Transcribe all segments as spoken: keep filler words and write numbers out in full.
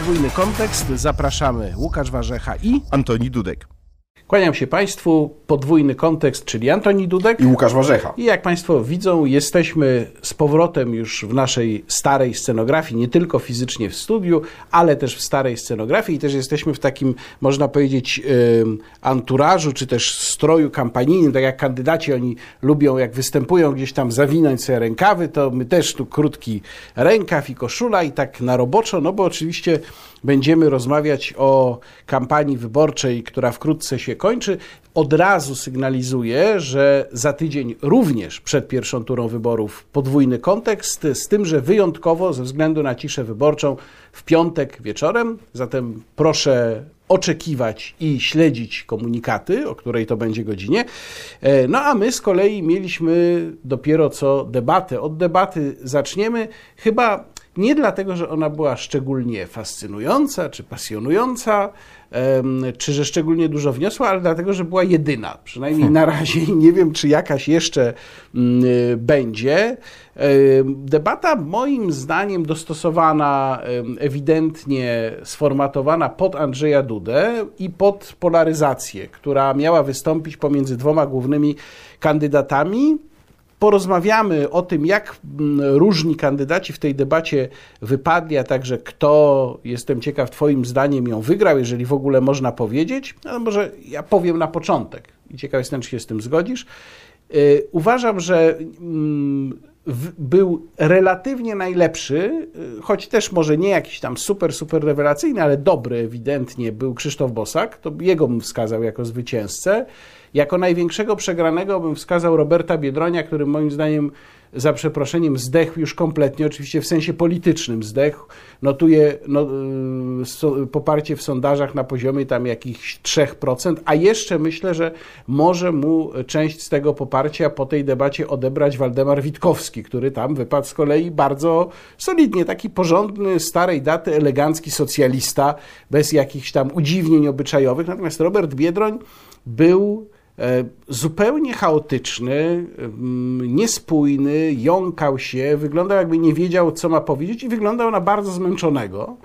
Podwójny kontekst. Zapraszamy Łukasz Warzecha i Antoni Dudek. Kłaniam się Państwu. Podwójny kontekst, czyli Antoni Dudek I Łukasz Warzecha. I jak Państwo widzą, jesteśmy z powrotem już w naszej starej scenografii, nie tylko fizycznie w studiu, ale też w starej scenografii i też jesteśmy w takim, można powiedzieć, anturażu, czy też stroju kampanijnym, tak jak kandydaci, oni lubią, jak występują gdzieś tam, zawinąć sobie rękawy, to my też tu krótki rękaw i koszula i tak na roboczo, no bo oczywiście będziemy rozmawiać o kampanii wyborczej, która wkrótce się kończy. Od razu sygnalizuję, że za tydzień również przed pierwszą turą wyborów podwójny kontekst, z tym, że wyjątkowo ze względu na ciszę wyborczą w piątek wieczorem. Zatem proszę oczekiwać i śledzić komunikaty, o której to będzie godzinie. No a my z kolei mieliśmy dopiero co debatę. Od debaty zaczniemy. Chyba nie dlatego, że ona była szczególnie fascynująca, czy pasjonująca, czy że szczególnie dużo wniosła, ale dlatego, że była jedyna. Przynajmniej na razie i nie wiem, czy jakaś jeszcze będzie. Debata moim zdaniem dostosowana, ewidentnie sformatowana pod Andrzeja Dudę i pod polaryzację, która miała wystąpić pomiędzy dwoma głównymi kandydatami. Porozmawiamy o tym, jak różni kandydaci w tej debacie wypadli, a także kto, jestem ciekaw, Twoim zdaniem ją wygrał, jeżeli w ogóle można powiedzieć. No może ja powiem na początek i ciekaw jestem, czy się z tym zgodzisz. Uważam, że był relatywnie najlepszy, choć też może nie jakiś tam super, super rewelacyjny, ale dobry ewidentnie był Krzysztof Bosak. To jego bym wskazał jako zwycięzcę. Jako największego przegranego bym wskazał Roberta Biedronia, który moim zdaniem, za przeproszeniem, zdechł już kompletnie, oczywiście w sensie politycznym zdechł. Notuje no, so, poparcie w sondażach na poziomie tam jakichś trzech procent, a jeszcze myślę, że może mu część z tego poparcia po tej debacie odebrać Waldemar Witkowski, który tam wypadł z kolei bardzo solidnie, taki porządny, starej daty, elegancki socjalista, bez jakichś tam udziwnień obyczajowych. Natomiast Robert Biedroń był zupełnie chaotyczny, niespójny, jąkał się, wyglądał jakby nie wiedział, co ma powiedzieć i wyglądał na bardzo zmęczonego.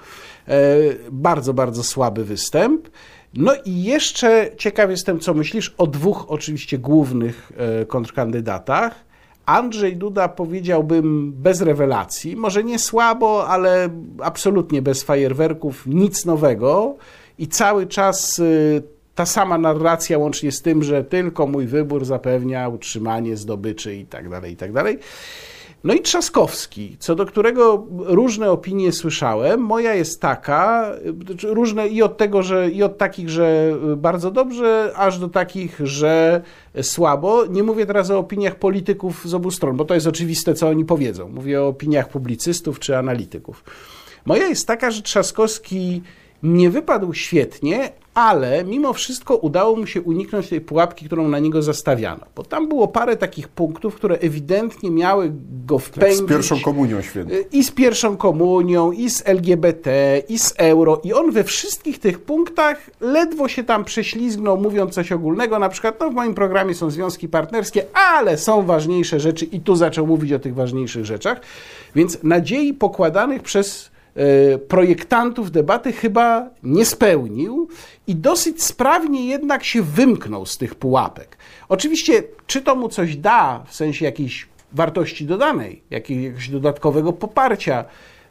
Bardzo, bardzo słaby występ. No i jeszcze ciekaw jestem, co myślisz o dwóch oczywiście głównych kontrkandydatach. Andrzej Duda, powiedziałbym, bez rewelacji, może nie słabo, ale absolutnie bez fajerwerków, nic nowego i cały czas ta sama narracja, łącznie z tym, że tylko mój wybór zapewnia utrzymanie zdobyczy i tak dalej, i tak dalej. No i Trzaskowski, co do którego różne opinie słyszałem. Moja jest taka, różne i od tego, że i od takich, że bardzo dobrze, aż do takich, że słabo. Nie mówię teraz o opiniach polityków z obu stron, bo to jest oczywiste, co oni powiedzą. Mówię o opiniach publicystów czy analityków. Moja jest taka, że Trzaskowski nie wypadł świetnie, ale mimo wszystko udało mu się uniknąć tej pułapki, którą na niego zastawiano. Bo tam było parę takich punktów, które ewidentnie miały go wpędzić. Z pierwszą komunią świętą. I z pierwszą komunią, i z L G B T, i z euro. I on we wszystkich tych punktach ledwo się tam prześlizgnął, mówiąc coś ogólnego. Na przykład, no w moim programie są związki partnerskie, ale są ważniejsze rzeczy i tu zaczął mówić o tych ważniejszych rzeczach. Więc nadziei pokładanych przez projektantów debaty chyba nie spełnił i dosyć sprawnie jednak się wymknął z tych pułapek. Oczywiście, czy to mu coś da, w sensie jakiejś wartości dodanej, jakiegoś dodatkowego poparcia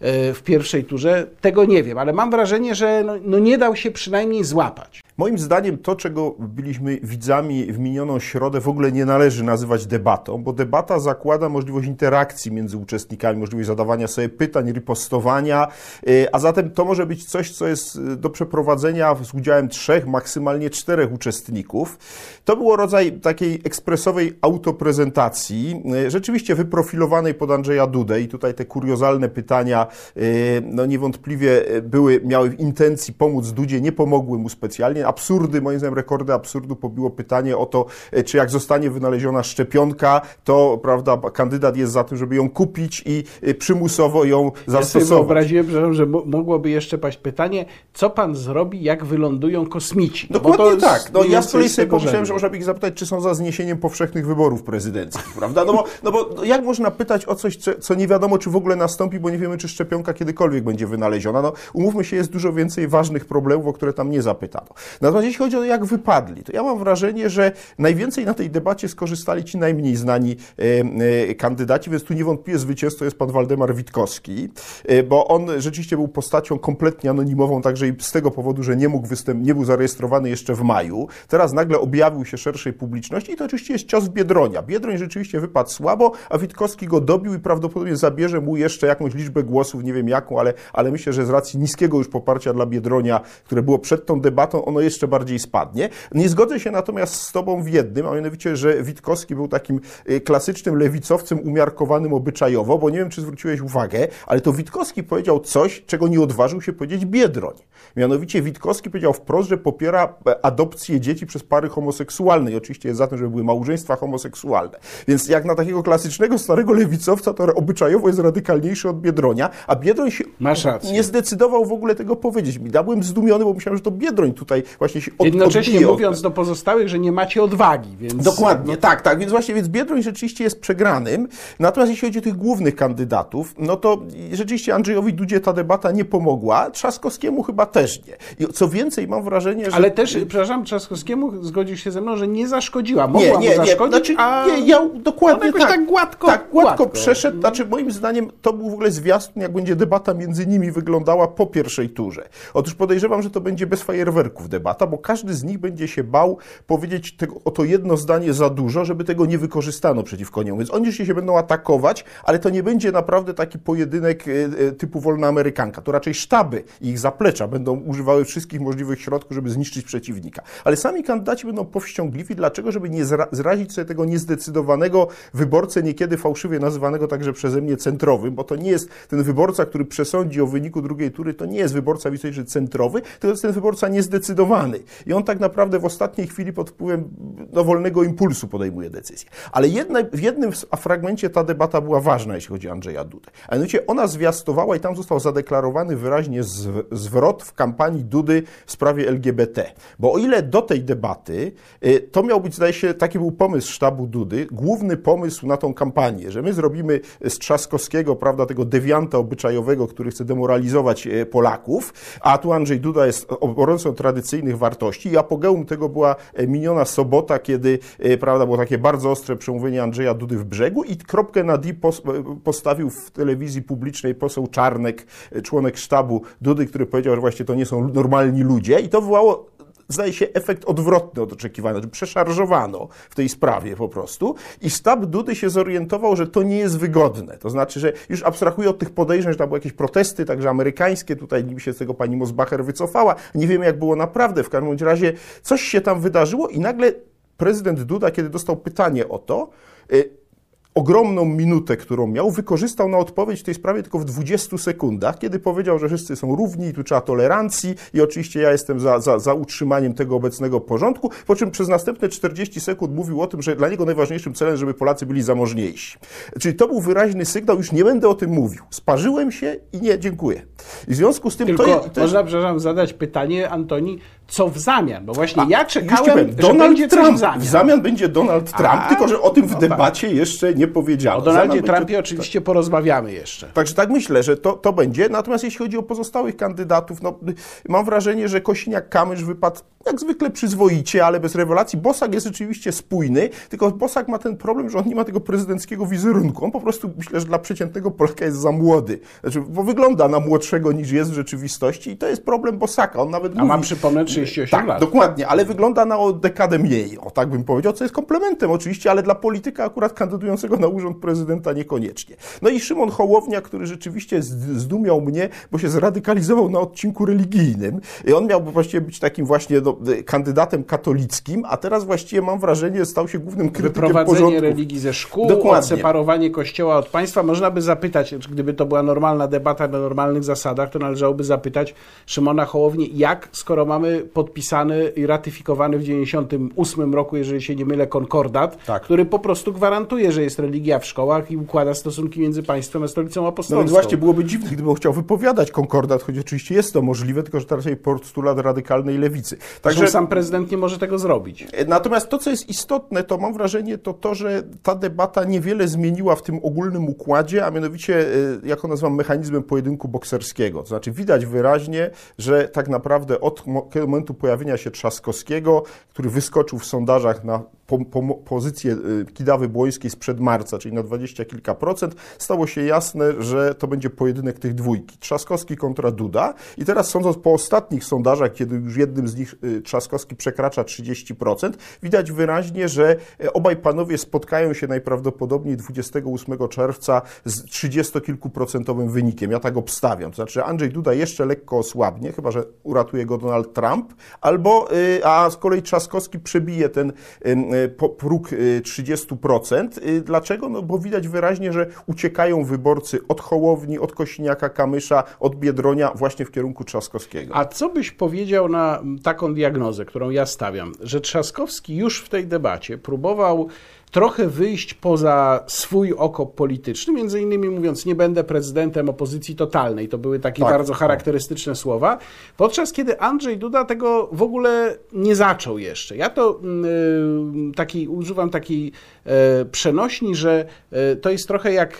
w pierwszej turze, tego nie wiem, ale mam wrażenie, że no, no nie dał się przynajmniej złapać. Moim zdaniem to, czego byliśmy widzami w minioną środę, w ogóle nie należy nazywać debatą, bo debata zakłada możliwość interakcji między uczestnikami, możliwość zadawania sobie pytań, ripostowania, a zatem to może być coś, co jest do przeprowadzenia z udziałem trzech, maksymalnie czterech uczestników. To było rodzaj takiej ekspresowej autoprezentacji, rzeczywiście wyprofilowanej pod Andrzeja Dudę i tutaj te kuriozalne pytania no niewątpliwie były, miały w intencji pomóc Dudzie, nie pomogły mu specjalnie, absurdy, moim zdaniem rekordy absurdu pobiło pytanie o to, czy jak zostanie wynaleziona szczepionka, to, prawda, kandydat jest za tym, żeby ją kupić i przymusowo ją zastosować. Ja sobie wyobraziłem, że mogłoby jeszcze paść pytanie, co pan zrobi, jak wylądują kosmici? No dokładnie to tak. No, ja z kolei sobie pomyślałem, że można by ich zapytać, czy są za zniesieniem powszechnych wyborów prezydenckich, prawda? No bo, no bo jak można pytać o coś, co nie wiadomo, czy w ogóle nastąpi, bo nie wiemy, czy szczepionka kiedykolwiek będzie wynaleziona. No, umówmy się, jest dużo więcej ważnych problemów, o które tam nie zapytano. Natomiast jeśli chodzi o to, jak wypadli, to ja mam wrażenie, że najwięcej na tej debacie skorzystali ci najmniej znani e, e, kandydaci, więc tu niewątpliwie zwycięzcą jest pan Waldemar Witkowski, e, bo on rzeczywiście był postacią kompletnie anonimową, także i z tego powodu, że nie mógł występ, nie był zarejestrowany jeszcze w maju. Teraz nagle objawił się szerszej publiczności i to oczywiście jest cios w Biedronia. Biedroń rzeczywiście wypadł słabo, a Witkowski go dobił i prawdopodobnie zabierze mu jeszcze jakąś liczbę głosów, nie wiem jaką, ale, ale myślę, że z racji niskiego już poparcia dla Biedronia, które było przed tą debatą, ono jeszcze bardziej spadnie. Nie zgodzę się natomiast z tobą w jednym, a mianowicie, że Witkowski był takim klasycznym lewicowcem umiarkowanym obyczajowo, bo nie wiem, czy zwróciłeś uwagę, ale to Witkowski powiedział coś, czego nie odważył się powiedzieć Biedroń. Mianowicie Witkowski powiedział wprost, że popiera adopcję dzieci przez pary homoseksualne i oczywiście jest za tym, żeby były małżeństwa homoseksualne. Więc jak na takiego klasycznego starego lewicowca, to obyczajowo jest radykalniejszy od Biedronia, a Biedroń się nie zdecydował w ogóle tego powiedzieć. Ja byłem zdumiony, bo myślałem, że to Biedroń tutaj właśnie się od, jednocześnie mówiąc do pozostałych, że nie macie odwagi. Więc... Dokładnie, no... tak, tak. Więc właśnie więc Biedroń rzeczywiście jest przegranym. Natomiast jeśli chodzi o tych głównych kandydatów, no to rzeczywiście Andrzejowi Dudzie ta debata nie pomogła, Trzaskowskiemu chyba też nie. I co więcej, mam wrażenie, że... Ale też, przepraszam, Trzaskowskiemu zgodzisz się ze mną, że nie zaszkodziła. Mogła nie, nie, mu zaszkodzić, nie. Znaczy, a... nie, ja dokładnie jakoś tak. tak gładko, tak gładko, gładko przeszedł. Znaczy, moim zdaniem to był w ogóle zwiastun, jak będzie debata między nimi wyglądała po pierwszej turze. Otóż podejrzewam, że to będzie bez fajerwerków debata, bo każdy z nich będzie się bał powiedzieć tego, o to jedno zdanie za dużo, żeby tego nie wykorzystano przeciwko niemu. Więc oni się będą atakować, ale to nie będzie naprawdę taki pojedynek typu wolna Amerykanka. To raczej sztaby i ich zaplecza będą używały wszystkich możliwych środków, żeby zniszczyć przeciwnika. Ale sami kandydaci będą powściągliwi. Dlaczego? Żeby nie zrazić sobie tego niezdecydowanego wyborcę, niekiedy fałszywie nazywanego także przeze mnie centrowym, bo to nie jest ten wyborca, który przesądzi o wyniku drugiej tury, to nie jest wyborca widzę, centrowy, to jest ten wyborca niezdecydowany. I on tak naprawdę w ostatniej chwili pod wpływem no, wolnego impulsu podejmuje decyzję. Ale jedna, w jednym fragmencie ta debata była ważna, jeśli chodzi o Andrzeja Dudę. A mianowicie ona zwiastowała i tam został zadeklarowany wyraźnie zwrot w kampanii Dudy w sprawie L G B T. Bo o ile do tej debaty to miał być, zdaje się, taki był pomysł sztabu Dudy, główny pomysł na tą kampanię, że my zrobimy z Trzaskowskiego, prawda, tego dewianta obyczajowego, który chce demoralizować Polaków, a tu Andrzej Duda jest obrońcą tradycyjnych wartości i apogeum tego była miniona sobota, kiedy, prawda, było takie bardzo ostre przemówienie Andrzeja Dudy w Brzegu i kropkę na D postawił w telewizji publicznej poseł Czarnek, członek sztabu Dudy, który powiedział, że właśnie to nie są normalni ludzie i to wywołało, zdaje się, efekt odwrotny od oczekiwania, że przeszarżowano w tej sprawie po prostu i sztab Dudy się zorientował, że to nie jest wygodne. To znaczy, że już abstrahuje od tych podejrzeń, że tam były jakieś protesty, także amerykańskie, tutaj niby się z tego pani Mosbacher wycofała, nie wiemy jak było naprawdę, w każdym razie coś się tam wydarzyło i nagle prezydent Duda, kiedy dostał pytanie o to, y ogromną minutę, którą miał, wykorzystał na odpowiedź w tej sprawie tylko w dwudziestu sekundach, kiedy powiedział, że wszyscy są równi, tu trzeba tolerancji i oczywiście ja jestem za, za, za utrzymaniem tego obecnego porządku, po czym przez następne czterdzieści sekund mówił o tym, że dla niego najważniejszym celem, żeby Polacy byli zamożniejsi. Czyli to był wyraźny sygnał, już nie będę o tym mówił. Sparzyłem się i nie, dziękuję. I w związku z tym... Tylko to jest, to można, przepraszam, zadać pytanie, Antoni, co w zamian? Bo właśnie A, ja czekałem, powiem, że Donald będzie Trump. coś w zamian. W zamian będzie Donald Trump, A, tylko że o tym w no debacie tak. jeszcze nie powiedziano. O Donaldzie Trumpie będzie... oczywiście porozmawiamy jeszcze. Także tak myślę, że to, to będzie. Natomiast jeśli chodzi o pozostałych kandydatów, no, mam wrażenie, że Kosiniak-Kamysz wypadł jak zwykle przyzwoicie, ale bez rewelacji. Bosak jest rzeczywiście spójny, tylko Bosak ma ten problem, że on nie ma tego prezydenckiego wizerunku. On po prostu, myślę, że dla przeciętnego Polaka jest za młody. Znaczy, bo wygląda na młodszego niż jest w rzeczywistości i to jest problem Bosaka. On nawet A mówi... mam przypomnieć trzydzieści osiem tak, lat. Dokładnie, ale wygląda na o dekadę mniej, o tak bym powiedział, co jest komplementem oczywiście, ale dla polityka akurat kandydującego na urząd prezydenta niekoniecznie. No i Szymon Hołownia, który rzeczywiście zdumiał mnie, bo się zradykalizował na odcinku religijnym. I on miałby właściwie być takim właśnie no, no, kandydatem katolickim, a teraz właściwie mam wrażenie, stał się głównym krytykiem porządku. Wyprowadzenie religii ze szkół, Dokładnie. odseparowanie Kościoła od państwa. Można by zapytać, gdyby to była normalna debata na normalnych zasadach, to należałoby zapytać Szymona Hołownię, jak, skoro mamy podpisany i ratyfikowany w dziewięćdziesiątym ósmym roku, jeżeli się nie mylę, konkordat, tak. który po prostu gwarantuje, że jest religia w szkołach i układa stosunki między państwem a stolicą apostolską. No więc właśnie byłoby dziwne, gdybym chciał wypowiadać konkordat, choć oczywiście jest to możliwe, tylko że to raczej postulat radykalnej lewicy. Także sam prezydent nie może tego zrobić. Natomiast to, co jest istotne, to mam wrażenie, to to, że ta debata niewiele zmieniła w tym ogólnym układzie, a mianowicie, jak to nazywam, mechanizmem pojedynku bokserskiego. To znaczy widać wyraźnie, że tak naprawdę od momentu pojawienia się Trzaskowskiego, który wyskoczył w sondażach na po, po, pozycję Kidawy-Błońskiej sprzed marca, czyli na dwadzieścia kilka procent, stało się jasne, że to będzie pojedynek tych dwójki. Trzaskowski kontra Duda. I teraz sądząc po ostatnich sondażach, kiedy już jednym z nich Trzaskowski przekracza trzydzieści procent, widać wyraźnie, że obaj panowie spotkają się najprawdopodobniej dwudziestego ósmego czerwca z trzydziestokilkuprocentowym wynikiem. Ja tak obstawiam. To znaczy Andrzej Duda jeszcze lekko osłabnie, chyba że uratuje go Donald Trump, albo, a z kolei Trzaskowski przebije ten próg trzydzieści procent. Dlaczego? No bo widać wyraźnie, że uciekają wyborcy od Hołowni, od Kosiniaka-Kamysza, od Biedronia właśnie w kierunku Trzaskowskiego. A co byś powiedział na taką diagnozę, którą ja stawiam, że Trzaskowski już w tej debacie próbował trochę wyjść poza swój okop polityczny, między innymi mówiąc, nie będę prezydentem opozycji totalnej. To były takie tak, bardzo charakterystyczne tak. słowa. Podczas kiedy Andrzej Duda tego w ogóle nie zaczął jeszcze. Ja to yy, taki, używam takiej yy, przenośni, że yy, to jest trochę jak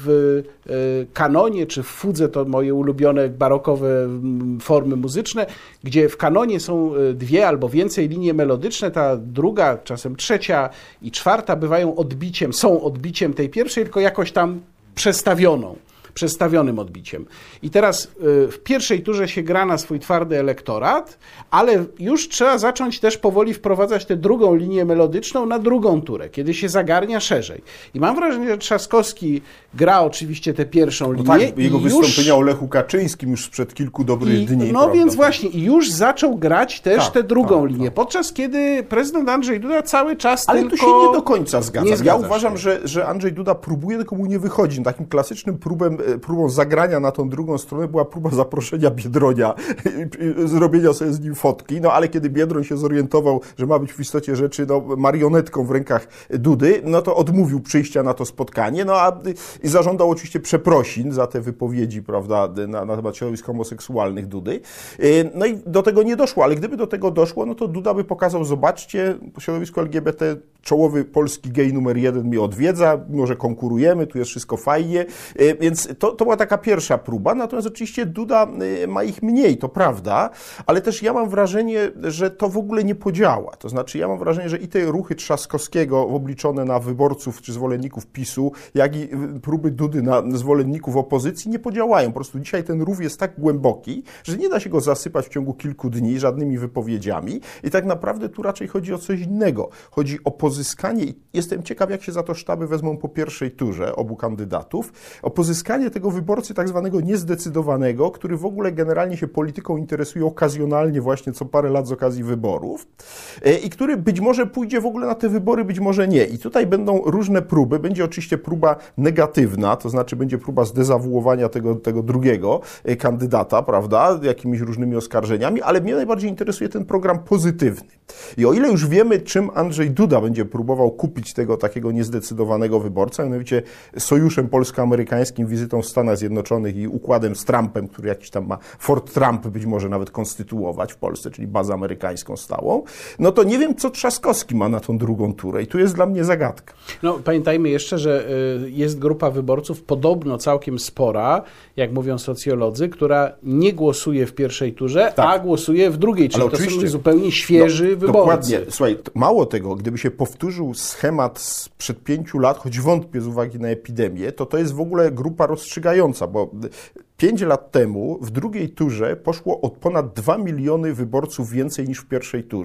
w yy, kanonie, czy w fudze, to moje ulubione barokowe formy muzyczne, gdzie w kanonie są dwie albo więcej linie melodyczne, ta druga, czasem trzecia i czwarta bywają odbiciem, są odbiciem tej pierwszej, tylko jakoś tam przestawioną, przestawionym odbiciem. I teraz w pierwszej turze się gra na swój twardy elektorat, ale już trzeba zacząć też powoli wprowadzać tę drugą linię melodyczną na drugą turę, kiedy się zagarnia szerzej. I mam wrażenie, że Trzaskowski gra oczywiście tę pierwszą linię. No tak, jego i wystąpienia już... o Lechu Kaczyńskim już sprzed kilku dobrych I, dni. No prawda? więc właśnie, i już zaczął grać też tak, tę drugą tak, linię, tak. podczas kiedy prezydent Andrzej Duda cały czas Ale tylko... tu się nie do końca zgadzam. Nie ja zgadzasz uważam, się. że, że Andrzej Duda próbuje, tylko mu nie wychodzi. Takim klasycznym próbem, próbą zagrania na tą drugą stronę była próba zaproszenia Biedronia, zrobienia sobie z nim fotki, no ale kiedy Biedroń się zorientował, że ma być w istocie rzeczy no, marionetką w rękach Dudy, no to odmówił przyjścia na to spotkanie, no a i zażądał oczywiście przeprosin za te wypowiedzi, prawda, na, na temat środowisk homoseksualnych Dudy. No i do tego nie doszło, ale gdyby do tego doszło, no to Duda by pokazał, zobaczcie, środowisko L G B T, czołowy polski gej numer jeden mnie odwiedza, mimo że konkurujemy, tu jest wszystko fajnie, więc to, to była taka pierwsza próba, natomiast oczywiście Duda ma ich mniej, to prawda, ale też ja mam wrażenie, że to w ogóle nie podziała. To znaczy ja mam wrażenie, że i te ruchy Trzaskowskiego obliczone na wyborców czy zwolenników PiSu, jak i próby Dudy na zwolenników opozycji nie podziałają. Po prostu dzisiaj ten rów jest tak głęboki, że nie da się go zasypać w ciągu kilku dni żadnymi wypowiedziami i tak naprawdę tu raczej chodzi o coś innego. Chodzi o pozyskanie, i jestem ciekaw, jak się za to sztaby wezmą po pierwszej turze obu kandydatów, o pozyskanie tego wyborcy tak zwanego niezdecydowanego, który w ogóle generalnie się polityką interesuje okazjonalnie właśnie co parę lat z okazji wyborów i który być może pójdzie w ogóle na te wybory, być może nie. I tutaj będą różne próby. Będzie oczywiście próba negatywna, to znaczy będzie próba zdezawuowania tego, tego drugiego kandydata, prawda, jakimiś różnymi oskarżeniami, ale mnie najbardziej interesuje ten program pozytywny. I o ile już wiemy, czym Andrzej Duda będzie próbował kupić tego takiego niezdecydowanego wyborcę, mianowicie sojuszem polsko-amerykańskim, wizytą w Stanach Zjednoczonych i układem z Trumpem, który jakiś tam ma Fort Trump być może nawet konstytuować w Polsce, czyli bazę amerykańską stałą, no to nie wiem, co Trzaskowski ma na tą drugą turę i tu jest dla mnie zagadka. No pamiętajmy jeszcze, że jest grupa wyborców podobno całkiem spora, jak mówią socjolodzy, która nie głosuje w pierwszej turze, tak. a głosuje w drugiej, czyli ale to są zupełnie świeży no, wyborcy. Dokładnie. Słuchaj, mało tego, gdyby się powtórzył schemat sprzed pięciu lat, choć wątpię z uwagi na epidemię, to to jest w ogóle grupa rozstrzygająca, bo pięć lat temu w drugiej turze poszło od ponad dwa miliony wyborców więcej niż w pierwszej turze.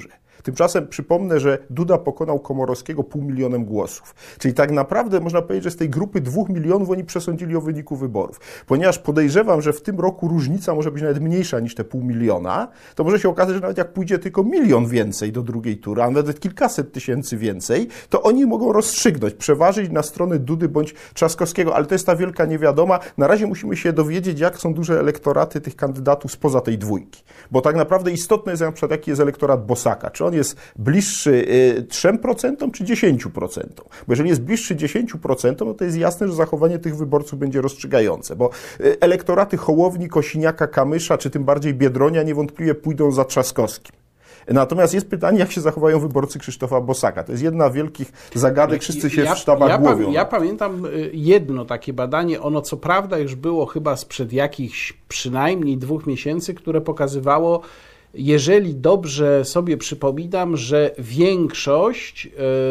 Tymczasem przypomnę, że Duda pokonał Komorowskiego pół milionem głosów. Czyli tak naprawdę można powiedzieć, że z tej grupy dwóch milionów oni przesądzili o wyniku wyborów. Ponieważ podejrzewam, że w tym roku różnica może być nawet mniejsza niż te pół miliona, to może się okazać, że nawet jak pójdzie tylko milion więcej do drugiej tury, a nawet kilkaset tysięcy więcej, to oni mogą rozstrzygnąć, przeważyć na stronę Dudy bądź Trzaskowskiego, ale to jest ta wielka niewiadoma. Na razie musimy się dowiedzieć, jak są duże elektoraty tych kandydatów spoza tej dwójki. Bo tak naprawdę istotne jest na przykład, jaki jest elektorat Bosaka. Czy on jest bliższy trzem procentom czy dziesięciu procentom? Bo jeżeli jest bliższy dziesięciu procentom, no to jest jasne, że zachowanie tych wyborców będzie rozstrzygające, bo elektoraty Hołowni, Kosiniaka, Kamysza, czy tym bardziej Biedronia niewątpliwie pójdą za Trzaskowskim. Natomiast jest pytanie, jak się zachowają wyborcy Krzysztofa Bosaka. To jest jedna z wielkich zagadek, wszyscy się ja, w sztabach ja, głowią. Ja pamiętam jedno takie badanie, ono co prawda już było chyba sprzed jakichś przynajmniej dwóch miesięcy, które pokazywało, jeżeli dobrze sobie przypominam, że większość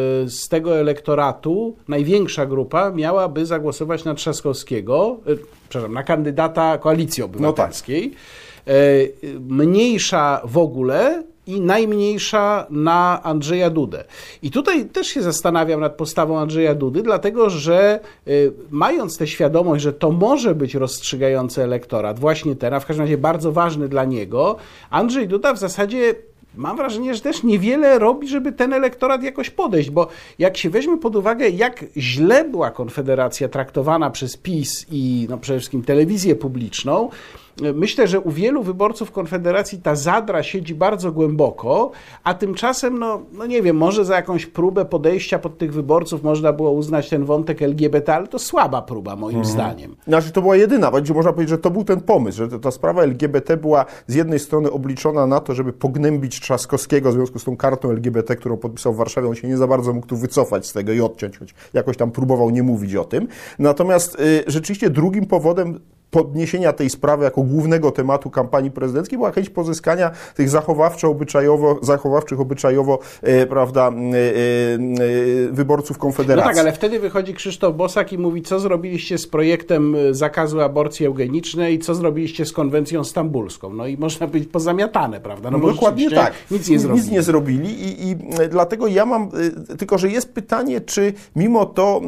z tego elektoratu, największa grupa miałaby zagłosować na Trzaskowskiego, przepraszam, na kandydata Koalicji Obywatelskiej, no tak. Mniejsza w ogóle i najmniejsza na Andrzeja Dudę. I tutaj też się zastanawiam nad postawą Andrzeja Dudy, dlatego że y, mając tę świadomość, że to może być rozstrzygający elektorat, właśnie ten, a w każdym razie bardzo ważny dla niego, Andrzej Duda w zasadzie mam wrażenie, że też niewiele robi, żeby ten elektorat jakoś podejść, bo jak się weźmie pod uwagę, jak źle była Konfederacja traktowana przez PiS i no, przede wszystkim telewizję publiczną, myślę, że u wielu wyborców Konfederacji ta zadra siedzi bardzo głęboko, a tymczasem, no, no nie wiem, może za jakąś próbę podejścia pod tych wyborców można było uznać ten wątek L G B T, ale to słaba próba moim mhm. zdaniem. Znaczy to była jedyna, będzie można powiedzieć, że to był ten pomysł, że ta sprawa L G B T była z jednej strony obliczona na to, żeby pognębić Trzaskowskiego w związku z tą kartą L G B T, którą podpisał w Warszawie, on się nie za bardzo mógł tu wycofać z tego i odciąć, choć jakoś tam próbował nie mówić o tym. Natomiast y, rzeczywiście drugim powodem podniesienia tej sprawy jako głównego tematu kampanii prezydenckiej była chęć pozyskania tych zachowawczo-obyczajowo, zachowawczych obyczajowo e, prawda, e, e, wyborców Konfederacji. No tak, ale wtedy wychodzi Krzysztof Bosak i mówi, co zrobiliście z projektem zakazu aborcji eugenicznej, co zrobiliście z konwencją stambulską. No i można być pozamiatane, prawda? No, no dokładnie tak. Nic nie zrobili. Nic nie zrobili i, i dlatego ja mam, tylko że jest pytanie, czy mimo to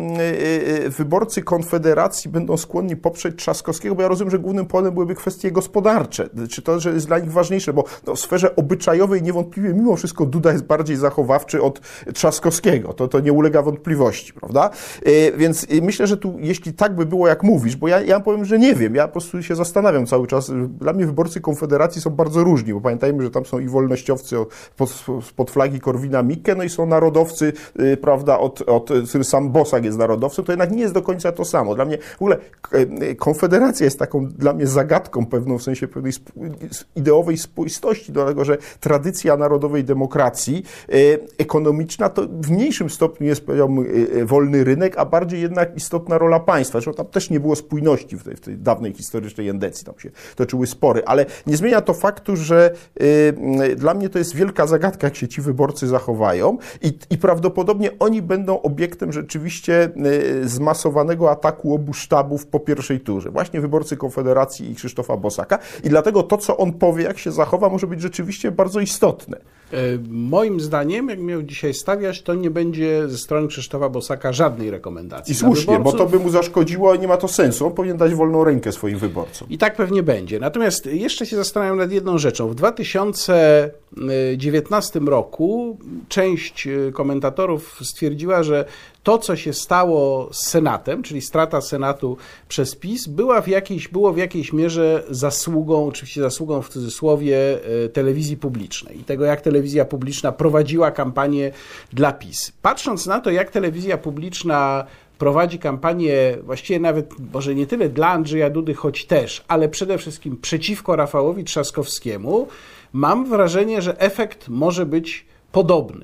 wyborcy Konfederacji będą skłonni poprzeć Trzaskowskiego, bo ja rozumiem, że głównym polem byłyby kwestie gospodarcze. Czy to, że jest dla nich ważniejsze, bo no, w sferze obyczajowej niewątpliwie mimo wszystko Duda jest bardziej zachowawczy od Trzaskowskiego. To, to nie ulega wątpliwości, prawda? Yy, więc myślę, że tu, jeśli tak by było, jak mówisz, bo ja, ja powiem, że nie wiem, ja po prostu się zastanawiam cały czas. Dla mnie wyborcy Konfederacji są bardzo różni, bo pamiętajmy, że tam są i wolnościowcy pod, pod flagi Korwina-Mikke, no i są narodowcy, yy, prawda, od, od, sam Bosak jest narodowcem, to jednak nie jest do końca to samo. Dla mnie w ogóle yy, Konfederacja jest taką dla mnie zagadką pewną, w sensie pewnej ideowej spójności, dlatego że tradycja narodowej demokracji e, ekonomiczna to w mniejszym stopniu jest, powiedziałbym, e, wolny rynek, a bardziej jednak istotna rola państwa. Zresztą tam też nie było spójności w tej, w tej dawnej historycznej endecji, tam się toczyły spory, ale nie zmienia to faktu, że e, dla mnie to jest wielka zagadka, jak się ci wyborcy zachowają i, i prawdopodobnie oni będą obiektem rzeczywiście e, zmasowanego ataku obu sztabów po pierwszej turze. Właśnie wyborcy Konfederacji i Krzysztofa Bosaka i dlatego to, co on powie, jak się zachowa, może być rzeczywiście bardzo istotne. Moim zdaniem, jak miał dzisiaj stawiać, to nie będzie ze strony Krzysztofa Bosaka żadnej rekomendacji. I słusznie, bo to by mu zaszkodziło i nie ma to sensu. On powinien dać wolną rękę swoim wyborcom. I tak pewnie będzie. Natomiast jeszcze się zastanawiam nad jedną rzeczą. W dwa tysiące dziewiętnastym roku część komentatorów stwierdziła, że to, co się stało z Senatem, czyli strata Senatu przez PiS, była w jakiejś, było w jakiejś mierze zasługą, oczywiście zasługą w cudzysłowie, telewizji publicznej i tego, jak telewizja publiczna prowadziła kampanię dla PiS. Patrząc na to, jak telewizja publiczna prowadzi kampanię właściwie nawet, może nie tyle dla Andrzeja Dudy, choć też, ale przede wszystkim przeciwko Rafałowi Trzaskowskiemu, mam wrażenie, że efekt może być podobny.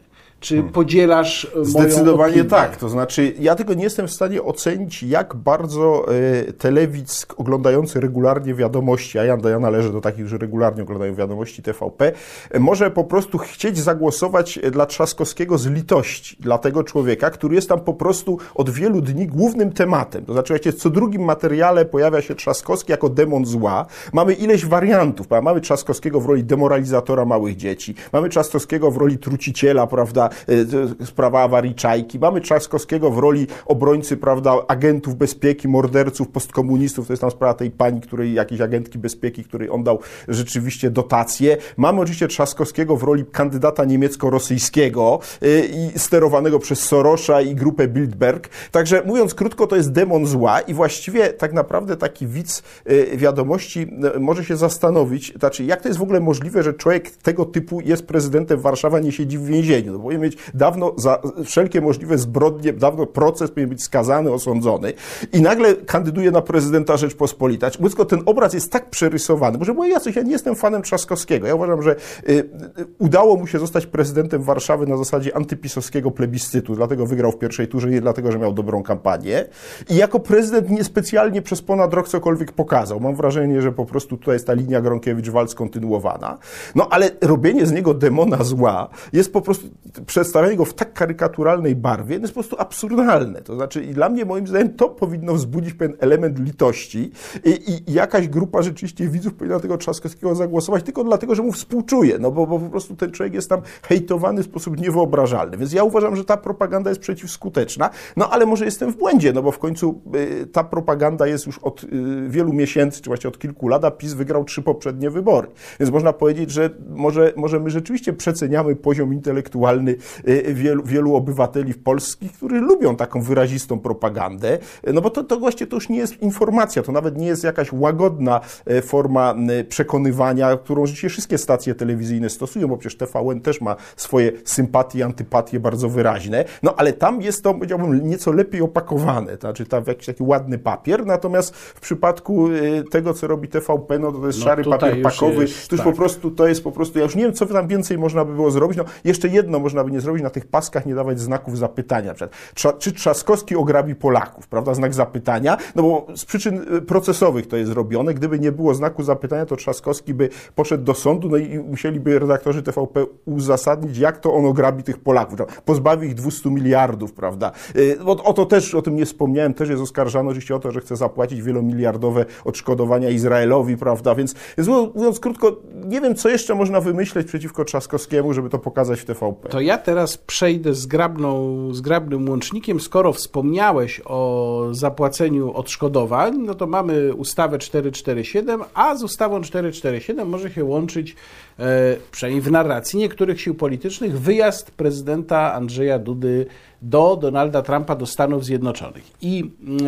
Czy hmm. podzielasz moją Zdecydowanie opinię? Tak. To znaczy, ja tego nie jestem w stanie ocenić, jak bardzo y, telewidz oglądający regularnie wiadomości, a ja, ja należę do takich, że regularnie oglądają wiadomości T V P, y, może po prostu chcieć zagłosować dla Trzaskowskiego z litości dla tego człowieka, który jest tam po prostu od wielu dni głównym tematem. To znaczy, jak w co drugim materiale pojawia się Trzaskowski jako demon zła. Mamy ileś wariantów. Mamy Trzaskowskiego w roli demoralizatora małych dzieci. Mamy Trzaskowskiego w roli truciciela, prawda, sprawa awarii Czajki. Mamy Trzaskowskiego w roli obrońcy, prawda, agentów bezpieki, morderców, postkomunistów. To jest tam sprawa tej pani, której, jakiejś agentki bezpieki, której on dał rzeczywiście dotacje. Mamy oczywiście Trzaskowskiego w roli kandydata niemiecko-rosyjskiego i sterowanego przez Sorosza i grupę Bilderberg. Także mówiąc krótko, to jest demon zła i właściwie tak naprawdę taki widz wiadomości może się zastanowić, znaczy jak to jest w ogóle możliwe, że człowiek tego typu jest prezydentem Warszawy, nie siedzi w więzieniu. No, powinien mieć dawno za wszelkie możliwe zbrodnie, dawno proces powinien być skazany, osądzony i nagle kandyduje na prezydenta Rzeczpospolitej. Mówiąc, ten obraz jest tak przerysowany. Może bo ja coś, ja nie jestem fanem Trzaskowskiego. Ja uważam, że y, y, udało mu się zostać prezydentem Warszawy na zasadzie antypisowskiego plebiscytu, dlatego wygrał w pierwszej turze, nie dlatego, że miał dobrą kampanię. I jako prezydent niespecjalnie przez ponad rok cokolwiek pokazał. Mam wrażenie, że po prostu tutaj jest ta linia Gronkiewicz-Walc kontynuowana. No ale robienie z niego demona zła jest po prostu, przedstawianie go w tak karykaturalnej barwie, jest po prostu absurdalne. To znaczy i dla mnie, moim zdaniem, to powinno wzbudzić pewien element litości i, i jakaś grupa rzeczywiście widzów powinna tego Trzaskowskiego zagłosować tylko dlatego, że mu współczuje, no bo, bo po prostu ten człowiek jest tam hejtowany w sposób niewyobrażalny. Więc ja uważam, że ta propaganda jest przeciwskuteczna, no ale może jestem w błędzie, no bo w końcu y, ta propaganda jest już od y, wielu miesięcy, czy właściwie od kilku lat, a PiS wygrał trzy poprzednie wybory. Więc można powiedzieć, że może, może my rzeczywiście przeceniamy poziom intelektualny y, wielu, wielu obywateli w Polsce, którzy lubią taką wyrazistą propagandę, no bo to, to właśnie to już nie jest informacja, to nawet nie jest jakaś łagodna forma przekonywania, którą rzeczywiście wszystkie stacje telewizyjne stosują, bo przecież T V N też ma swoje sympatie i antypatie bardzo wyraźne, no ale tam jest to, powiedziałbym, nieco lepiej opakowane, to znaczy tam w jakiś taki ładny papier, natomiast w przypadku tego, co robi T V P, no to jest no szary papier pakowy, jest, to już tak. po prostu, to jest po prostu, ja już nie wiem, co tam więcej można by było zrobić, no jeszcze jedno można by nie zrobić, na tych paskach nie dawać znaków zapytania, na przykład, czy Trzaskowski ograbi Polaków, prawda, znak zapytania, no bo z przyczyn procesowych to jest robione, gdyby nie było znaku zapytania, to Trzaskowski by poszedł do sądu, no i musieliby redaktorzy T V P uzasadnić, jak to on ograbi tych Polaków, pozbawi ich dwustu miliardów, prawda, o, o to też, o tym nie wspomniałem, też jest oskarżano oczywiście o to, że chce zapłacić wielomiliardowe odszkodowania Izraelowi, prawda, więc, więc mówiąc krótko, nie wiem, co jeszcze można wymyśleć przeciwko Trzaskowskiemu, żeby to pokazać w T V P. To ja teraz przejdę zgrabną, zgrabnym łącznikiem, skoro wspomniałeś o zapłaceniu odszkodowań, no to mamy ustawę czterysta czterdzieści siedem, a z ustawą czterysta czterdzieści siedem może się łączyć, e, przynajmniej w narracji niektórych sił politycznych, wyjazd prezydenta Andrzeja Dudy do Donalda Trumpa do Stanów Zjednoczonych. I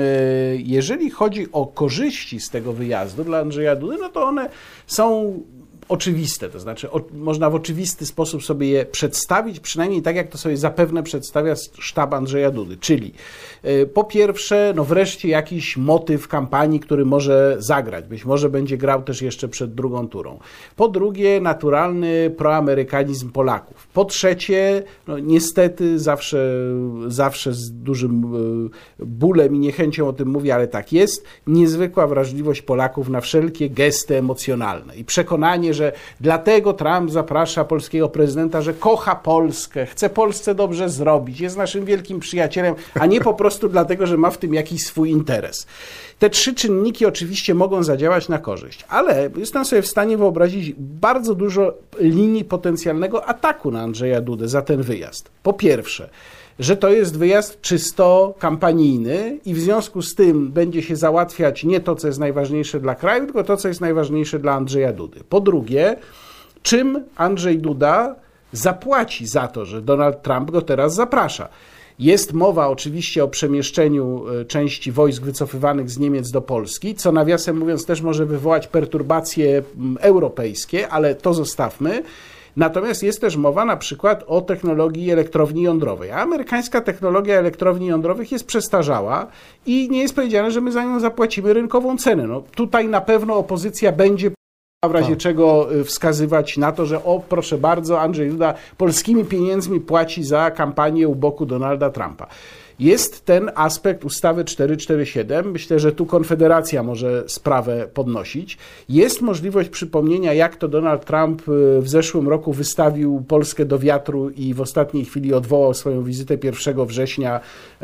e, jeżeli chodzi o korzyści z tego wyjazdu dla Andrzeja Dudy, no to one są oczywiste, to znaczy o, można w oczywisty sposób sobie je przedstawić, przynajmniej tak, jak to sobie zapewne przedstawia sztab Andrzeja Dudy, czyli y, po pierwsze, no wreszcie jakiś motyw kampanii, który może zagrać, być może będzie grał też jeszcze przed drugą turą. Po drugie, naturalny proamerykanizm Polaków. Po trzecie, no niestety zawsze, zawsze z dużym y, bólem i niechęcią o tym mówię, ale tak jest, niezwykła wrażliwość Polaków na wszelkie gesty emocjonalne i przekonanie, że dlatego Trump zaprasza polskiego prezydenta, że kocha Polskę, chce Polsce dobrze zrobić, jest naszym wielkim przyjacielem, a nie po prostu dlatego, że ma w tym jakiś swój interes. Te trzy czynniki oczywiście mogą zadziałać na korzyść, ale jestem sobie w stanie wyobrazić bardzo dużo linii potencjalnego ataku na Andrzeja Dudę za ten wyjazd. Po pierwsze, że to jest wyjazd czysto kampanijny i w związku z tym będzie się załatwiać nie to, co jest najważniejsze dla kraju, tylko to, co jest najważniejsze dla Andrzeja Dudy. Po drugie, czym Andrzej Duda zapłaci za to, że Donald Trump go teraz zaprasza. Jest mowa oczywiście o przemieszczeniu części wojsk wycofywanych z Niemiec do Polski, co nawiasem mówiąc też może wywołać perturbacje europejskie, ale to zostawmy. Natomiast jest też mowa na przykład o technologii elektrowni jądrowej. A amerykańska technologia elektrowni jądrowych jest przestarzała i nie jest powiedziane, że my za nią zapłacimy rynkową cenę. No, tutaj na pewno opozycja będzie w razie czego wskazywać na to, że o, proszę bardzo, Andrzej Duda polskimi pieniędzmi płaci za kampanię u boku Donalda Trumpa. Jest ten aspekt ustawy czterysta czterdzieści siedem. Myślę, że tu Konfederacja może sprawę podnosić. Jest możliwość przypomnienia, jak to Donald Trump w zeszłym roku wystawił Polskę do wiatru i w ostatniej chwili odwołał swoją wizytę pierwszego września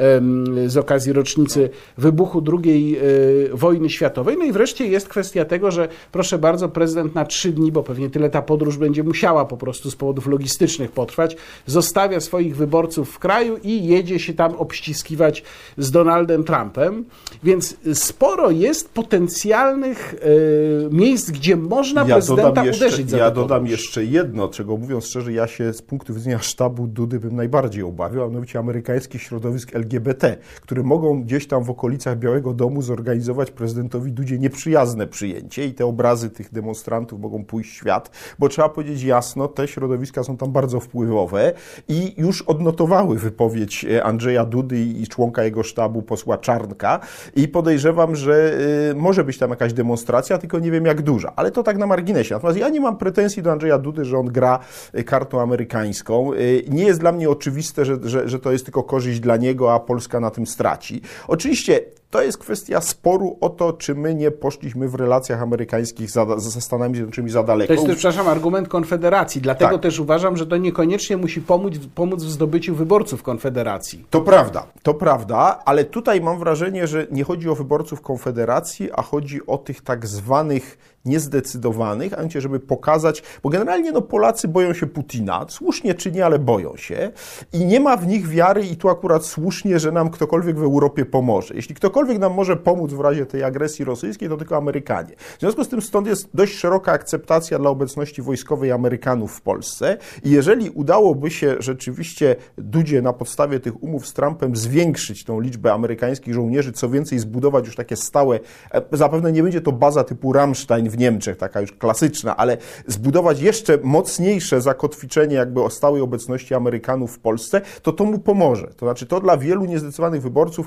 z okazji rocznicy wybuchu drugiej wojny światowej. No i wreszcie jest kwestia tego, że proszę bardzo, prezydent na trzy dni, bo pewnie tyle ta podróż będzie musiała po prostu z powodów logistycznych potrwać, zostawia swoich wyborców w kraju i jedzie się tam obściskać ściskiwać z Donaldem Trumpem, więc sporo jest potencjalnych y, miejsc, gdzie można ja prezydenta jeszcze, uderzyć za Ja to dodam podróż. jeszcze jedno, czego mówiąc szczerze, ja się z punktu widzenia sztabu Dudy bym najbardziej obawiał, a mianowicie amerykańskich środowisk L G B T, które mogą gdzieś tam w okolicach Białego Domu zorganizować prezydentowi Dudzie nieprzyjazne przyjęcie i te obrazy tych demonstrantów mogą pójść w świat, bo trzeba powiedzieć jasno, te środowiska są tam bardzo wpływowe i już odnotowały wypowiedź Andrzeja Dudy i członka jego sztabu, posła Czarnka, i podejrzewam, że y, może być tam jakaś demonstracja, tylko nie wiem jak duża, ale to tak na marginesie. Natomiast ja nie mam pretensji do Andrzeja Dudy, że on gra y, kartą amerykańską. Y, nie jest dla mnie oczywiste, że, że, że to jest tylko korzyść dla niego, a Polska na tym straci. Oczywiście to jest kwestia sporu o to, czy my nie poszliśmy w relacjach amerykańskich za, ze Stanami Zjednoczonymi za daleko. To jest też, przepraszam, argument Konfederacji. Dlatego tak. też uważam, że to niekoniecznie musi pomóc, pomóc w zdobyciu wyborców Konfederacji. To prawda, to prawda, ale tutaj mam wrażenie, że nie chodzi o wyborców Konfederacji, a chodzi o tych tak zwanych niezdecydowanych, a mianowicie, żeby pokazać, bo generalnie no, Polacy boją się Putina, słusznie czy nie, ale boją się i nie ma w nich wiary i tu akurat słusznie, że nam ktokolwiek w Europie pomoże. Jeśli ktokolwiek nam może pomóc w razie tej agresji rosyjskiej, to tylko Amerykanie. W związku z tym stąd jest dość szeroka akceptacja dla obecności wojskowej Amerykanów w Polsce i jeżeli udałoby się rzeczywiście Dudzie na podstawie tych umów z Trumpem zwiększyć tą liczbę amerykańskich żołnierzy, co więcej zbudować już takie stałe, zapewne nie będzie to baza typu Ramstein w Niemczech, taka już klasyczna, ale zbudować jeszcze mocniejsze zakotwiczenie jakby o stałej obecności Amerykanów w Polsce, to to mu pomoże. To znaczy to dla wielu niezdecydowanych wyborców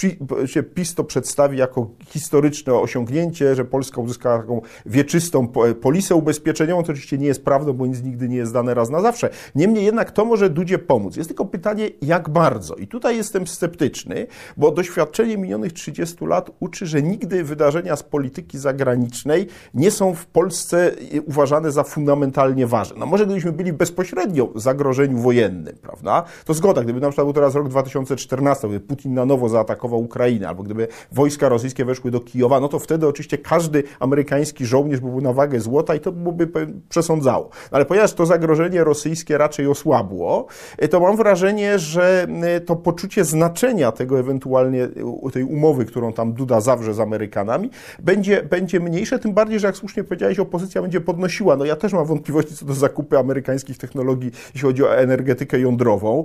PiS to przedstawi jako historyczne osiągnięcie, że Polska uzyskała taką wieczystą polisę ubezpieczeniową. To oczywiście nie jest prawdą, bo nic nigdy nie jest dane raz na zawsze. Niemniej jednak to może Dudzie pomóc. Jest tylko pytanie, jak bardzo. I tutaj jestem sceptyczny, bo doświadczenie minionych trzydziestu lat uczy, że nigdy wydarzenia z polityki zagranicznej nie są w Polsce uważane za fundamentalnie ważne. No może gdybyśmy byli bezpośrednio w zagrożeniu wojennym, prawda, to zgoda. Gdyby na przykład był teraz rok dwa tysiące czternasty, gdyby Putin na nowo zaatakował Ukrainę, albo gdyby wojska rosyjskie weszły do Kijowa, no to wtedy oczywiście każdy amerykański żołnierz byłby na wagę złota i to byłoby przesądzało. No ale ponieważ to zagrożenie rosyjskie raczej osłabło, to mam wrażenie, że to poczucie znaczenia tego ewentualnie, tej umowy, którą tam Duda zawrze z Amerykanami, będzie, będzie mniejsze, tym bardziej, że jak słusznie powiedziałeś, opozycja będzie podnosiła. No ja też mam wątpliwości co do zakupy amerykańskich technologii, jeśli chodzi o energetykę jądrową.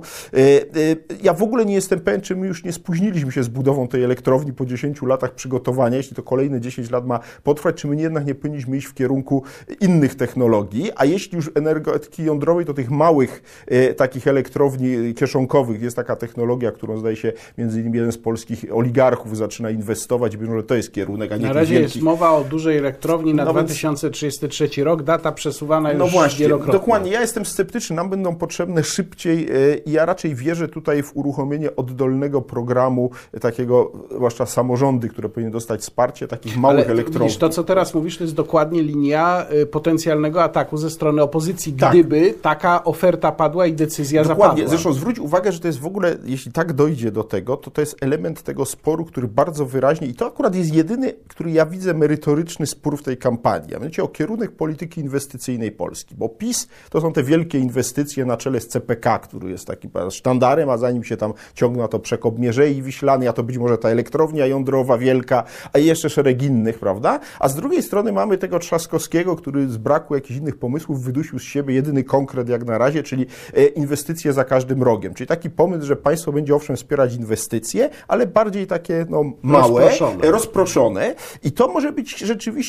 Ja w ogóle nie jestem pewien, czy my już nie spóźniliśmy się z budową tej elektrowni po dziesięciu latach przygotowania, jeśli to kolejne dziesięć lat ma potrwać, czy my jednak nie powinniśmy iść w kierunku innych technologii, a jeśli już energetyki jądrowej, to tych małych takich elektrowni kieszonkowych jest taka technologia, którą zdaje się między innymi jeden z polskich oligarchów zaczyna inwestować i być może to jest kierunek, a nie na razie wielkich... jest mowa o dużej elektrowni na no dwa tysiące trzydziesty trzeci rok, data przesuwana już no właśnie, wielokrotnie. Dokładnie, ja jestem sceptyczny, nam będą potrzebne szybciej i ja raczej wierzę tutaj w uruchomienie oddolnego programu takiego, zwłaszcza samorządy, które powinny dostać wsparcie takich małych Ale elektrowni. Widzisz, to co teraz mówisz, to jest dokładnie linia potencjalnego ataku ze strony opozycji, gdyby tak. taka oferta padła i decyzja Dokładnie. zapadła. Zresztą zwróć uwagę, że to jest w ogóle, jeśli tak dojdzie do tego, to to jest element tego sporu, który bardzo wyraźnie, i to akurat jest jedyny, który ja widzę merytoryczny spór w tej kampanii, a mianowicie o kierunek polityki inwestycyjnej Polski, bo PiS to są te wielkie inwestycje na czele z C P K, który jest takim sztandarem, a zanim się tam ciągną to przekop Mierzei Wiślanej, a to być może ta elektrownia jądrowa wielka, a jeszcze szereg innych, prawda? A z drugiej strony mamy tego Trzaskowskiego, który z braku jakichś innych pomysłów wydusił z siebie jedyny konkret jak na razie, czyli inwestycje za każdym rogiem. Czyli taki pomysł, że państwo będzie owszem wspierać inwestycje, ale bardziej takie no, małe, rozproszone. rozproszone. I to może być rzeczywiście coś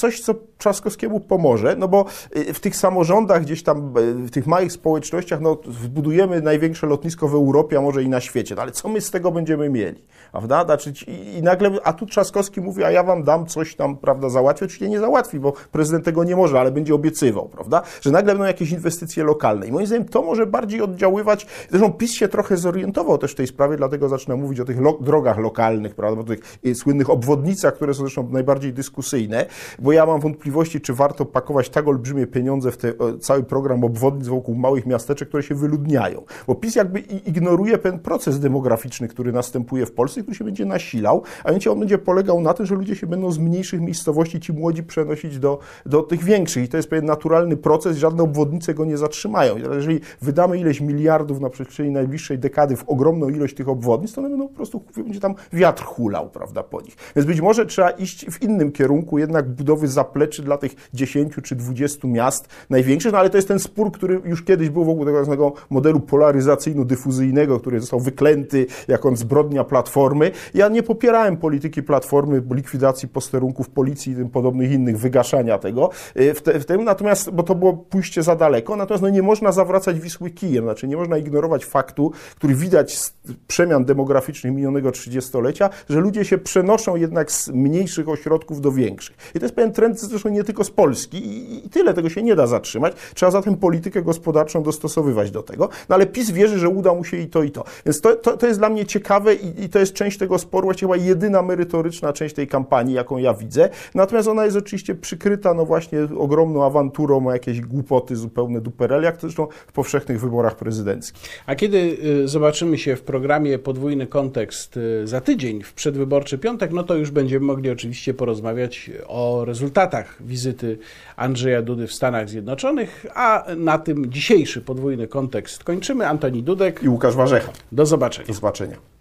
coś, co Trzaskowskiemu pomoże, no bo w tych samorządach, gdzieś tam, w tych małych społecznościach, no wbudujemy największe lotnisko w Europie, a może i na świecie, no ale co my z tego będziemy mieli, prawda? Znaczy, i, i nagle, a tu Trzaskowski mówi, a ja wam dam coś tam, prawda, załatwię, oczywiście nie załatwi, bo prezydent tego nie może, ale będzie obiecywał, prawda, że nagle będą jakieś inwestycje lokalne i moim zdaniem to może bardziej oddziaływać, zresztą PiS się trochę zorientował też w tej sprawie, dlatego zaczyna mówić o tych lo- drogach lokalnych, prawda, o tych y, słynnych obwodnicach, które są zresztą najbardziej dyskusyjne, bo ja mam wątpliwości, czy warto pakować tak olbrzymie pieniądze w ten cały program obwodnic wokół małych miasteczek, które się wyludniają, bo PiS jakby ignoruje ten proces demograficzny, który następuje w Polsce, który się będzie nasilał, a mianowicie on będzie polegał na tym, że ludzie się będą z mniejszych miejscowości, ci młodzi, przenosić do, do tych większych i to jest pewien naturalny proces, żadne obwodnice go nie zatrzymają. Jeżeli wydamy ileś miliardów na przestrzeni najbliższej dekady w ogromną ilość tych obwodnic, to one będą po prostu, będzie tam wiatr hulał, prawda, po nich. Więc być może trzeba iść w innym kierunku, jednak budowy zapleczy dla tych dziesięciu czy dwudziestu miast największych, no ale to jest ten spór, który już kiedyś był wokół tego zwanego modelu polaryzacyjno-dyfuzyjnego, który został wyklęty jako zbrodnia Platformy. Ja nie popierałem polityki Platformy, likwidacji posterunków policji i tym podobnych innych, wygaszania tego w, te, w tym, natomiast, bo to było pójście za daleko, natomiast no nie można zawracać Wisły kijem, znaczy nie można ignorować faktu, który widać z przemian demograficznych minionego trzydziestolecia, że ludzie się przenoszą jednak z mniejszych ośrodków do większych. I to jest pewien trend zresztą nie tylko z Polski i, i tyle, tego się nie da zatrzymać. Trzeba zatem politykę gospodarczą dostosowywać do tego, no ale PiS wierzy, że uda mu się i to, i to. Więc to, to, to jest dla mnie ciekawe i, i to jest część tego sporu, właściwie chyba jedyna merytoryczna część tej kampanii, jaką ja widzę. Natomiast ona jest oczywiście przykryta, no właśnie, ogromną awanturą o jakieś głupoty, zupełne duperele, jak to zresztą w powszechnych wyborach prezydenckich. A kiedy y, zobaczymy się w programie Podwójny Kontekst y, za tydzień, w przedwyborczy piątek, no to już będziemy mogli oczywiście porozmawiać o rezultatach wizyty Andrzeja Dudy w Stanach Zjednoczonych, a na tym dzisiejszy Podwójny Kontekst kończymy. Antoni Dudek I Łukasz Warzecha. Do zobaczenia. Do zobaczenia.